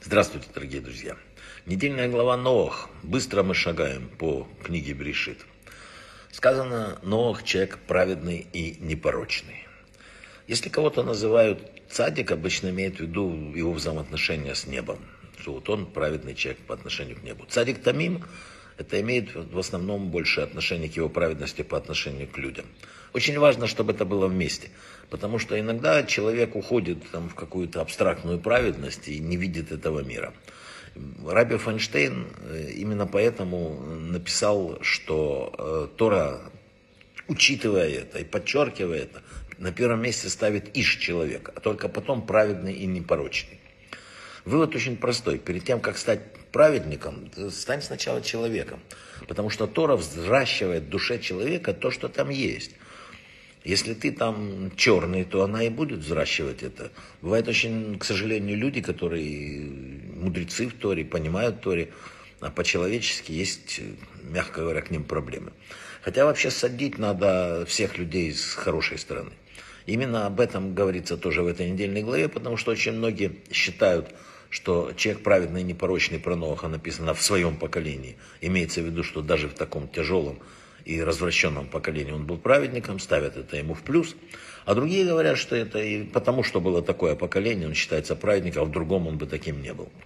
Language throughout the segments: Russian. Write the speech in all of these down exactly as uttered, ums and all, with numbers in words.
Здравствуйте, дорогие друзья. Недельная глава Ноах. Быстро мы шагаем по книге Берешит. Сказано, Ноах человек праведный и непорочный. Если кого-то называют цадик, обычно имеют в виду его взаимоотношения с небом. Что вот он праведный человек по отношению к небу. Цадик тамим, это имеет в основном больше отношение к его праведности по отношению к людям. Очень важно, чтобы это было вместе. Потому что иногда человек уходит там, в какую-то абстрактную праведность и не видит этого мира. Раби Файнштейн именно поэтому написал, что э, Тора, учитывая это и подчеркивая это, на первом месте ставит иш человека, а только потом праведный и непорочный. Вывод очень простой. Перед тем, как стать праведником, стань сначала человеком. Потому что Тора взращивает в душе человека то, что там есть. Если ты там черный, то она и будет взращивать это. Бывают очень, к сожалению, люди, которые мудрецы в Торе, понимают в Торе, а по-человечески есть, мягко говоря, к ним проблемы. Хотя вообще садить надо всех людей с хорошей стороны. Именно об этом говорится тоже в этой недельной главе, потому что очень многие считают, что человек праведный и непорочный, про Ноаха написано в своем поколении. Имеется в виду, что даже в таком тяжелом и развращенном поколении он был праведником, ставят это ему в плюс. А другие говорят, что это и потому, что было такое поколение, он считается праведником, а в другом он бы таким не был.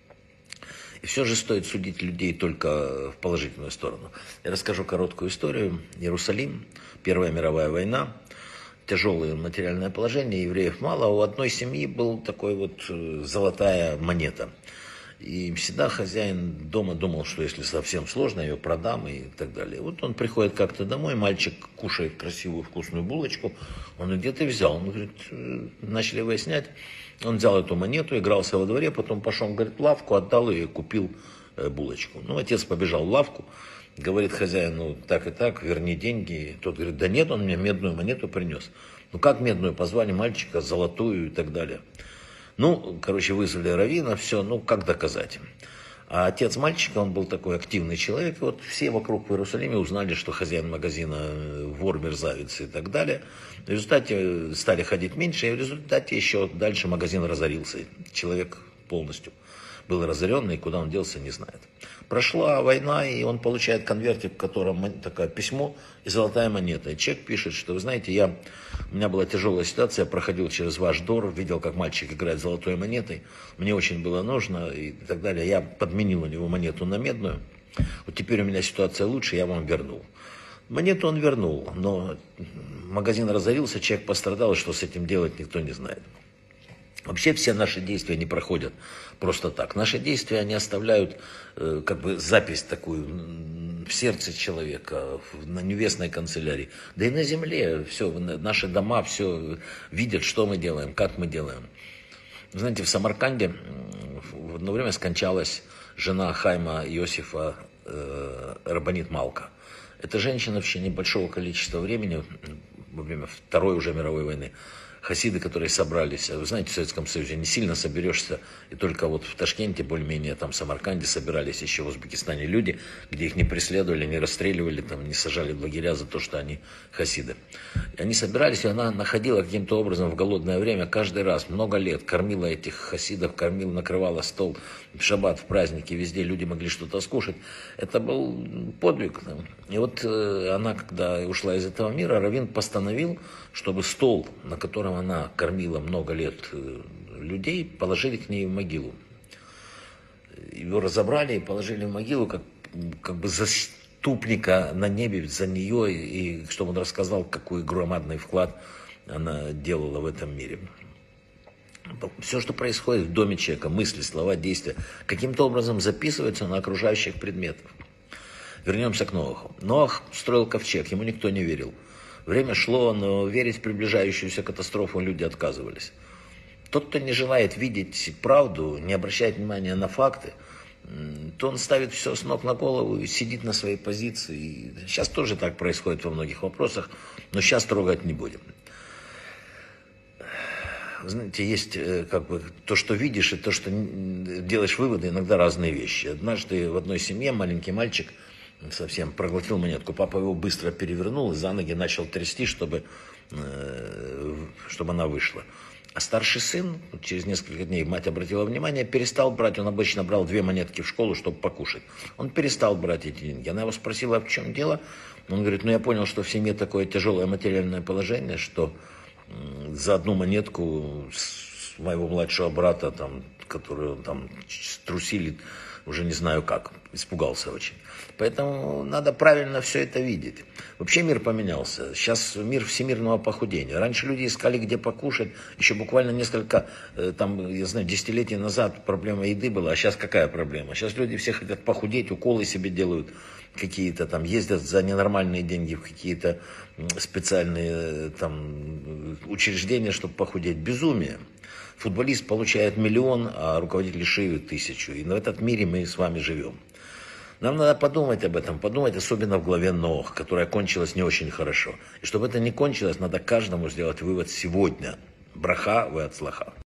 И все же стоит судить людей только в положительную сторону. Я расскажу короткую историю. Иерусалим, Первая мировая война, тяжелое материальное положение, евреев мало. У одной семьи был такой вот золотая монета. И всегда хозяин дома думал, что если совсем сложно, я ее продам и так далее. Вот он приходит как-то домой, мальчик кушает красивую вкусную булочку. Он говорит, где ты взял? Он говорит, начали выяснять. Он взял эту монету, игрался во дворе, потом пошел, говорит, в лавку, отдал ее и купил булочку. Ну, отец побежал в лавку, говорит хозяину, так и так, верни деньги. Тот говорит, да нет, он мне медную монету принес. Ну, как медную? Позвали мальчика, золотую и так далее. Ну, короче, вызвали раввина, все, ну, как доказать? А отец мальчика, он был такой активный человек, и вот все вокруг в Иерусалиме узнали, что хозяин магазина вор, мерзавец и так далее. В результате стали ходить меньше, и в результате еще дальше магазин разорился. Человек полностью был разоренный, и куда он делся, не знает. Прошла война, и он получает конвертик, в котором такое письмо и золотая монета. И человек пишет, что, вы знаете, я, у меня была тяжелая ситуация, я проходил через ваш двор, видел, как мальчик играет золотой монетой, мне очень было нужно и так далее. Я подменил у него монету на медную, вот теперь у меня ситуация лучше, я вам вернул. Монету он вернул, но магазин разорился, человек пострадал, и что с этим делать, никто не знает. Вообще все наши действия не проходят просто так. Наши действия, они оставляют э, как бы запись такую в сердце человека, на небесной канцелярии. Да и на земле все, наши дома все видят, что мы делаем, как мы делаем. Вы знаете, в Самарканде в одно время скончалась жена Хайма Иосифа э, Рабанит Малка. Эта женщина в течение большого количества времени, во время Второй уже мировой войны, хасиды, которые собрались, вы знаете, в Советском Союзе не сильно соберешься, и только вот в Ташкенте, более-менее, там в Самарканде собирались еще в Узбекистане люди, где их не преследовали, не расстреливали, там, не сажали в лагеря за то, что они хасиды. И они собирались, и она находила каким-то образом в голодное время каждый раз, много лет, кормила этих хасидов, кормила, накрывала стол в шаббат, в праздники, везде люди могли что-то скушать. Это был подвиг. И вот она, когда ушла из этого мира, раввин постановил, чтобы стол, на котором она кормила много лет людей, положили к ней в могилу. Его разобрали и положили в могилу, как, как бы заступника на небе за нее, и чтобы он рассказал, какой громадный вклад она делала в этом мире. Все, что происходит в доме человека, мысли, слова, действия, каким-то образом записывается на окружающих предметах. Вернемся к Ноаху. Ноах строил ковчег, ему никто не верил. Время шло, но верить в приближающуюся катастрофу люди отказывались. Тот, кто не желает видеть правду, не обращает внимания на факты, то он ставит все с ног на голову и сидит на своей позиции. И сейчас тоже так происходит во многих вопросах, но сейчас трогать не будем. Знаете, есть как бы то, что видишь, и то, что делаешь выводы, иногда разные вещи. Однажды в одной семье маленький мальчик совсем проглотил монетку. Папа его быстро перевернул и за ноги начал трясти, чтобы, чтобы она вышла. А старший сын, через несколько дней мать обратила внимание, перестал брать, он обычно брал две монетки в школу, чтобы покушать. Он перестал брать эти деньги. Она его спросила, а в чем дело? Он говорит, ну я понял, что в семье такое тяжелое материальное положение, что за одну монетку с моего младшего брата, там, которую там струсили, уже не знаю как, испугался очень. Поэтому надо правильно все это видеть. Вообще мир поменялся. Сейчас мир всемирного похудения. Раньше люди искали, где покушать. Еще буквально несколько, там, я знаю, десятилетий назад проблема еды была. А сейчас какая проблема? Сейчас люди все хотят похудеть, уколы себе делают какие-то, там, ездят за ненормальные деньги в какие-то специальные там учреждения, чтобы похудеть. Безумие. Футболист получает миллион, а руководитель шеют тысячу. И в этом мире мы с вами живем. Нам надо подумать об этом, подумать особенно в главе Ноах, которая кончилась не очень хорошо. И чтобы это не кончилось, надо каждому сделать вывод сегодня. Браха ве ацлаха.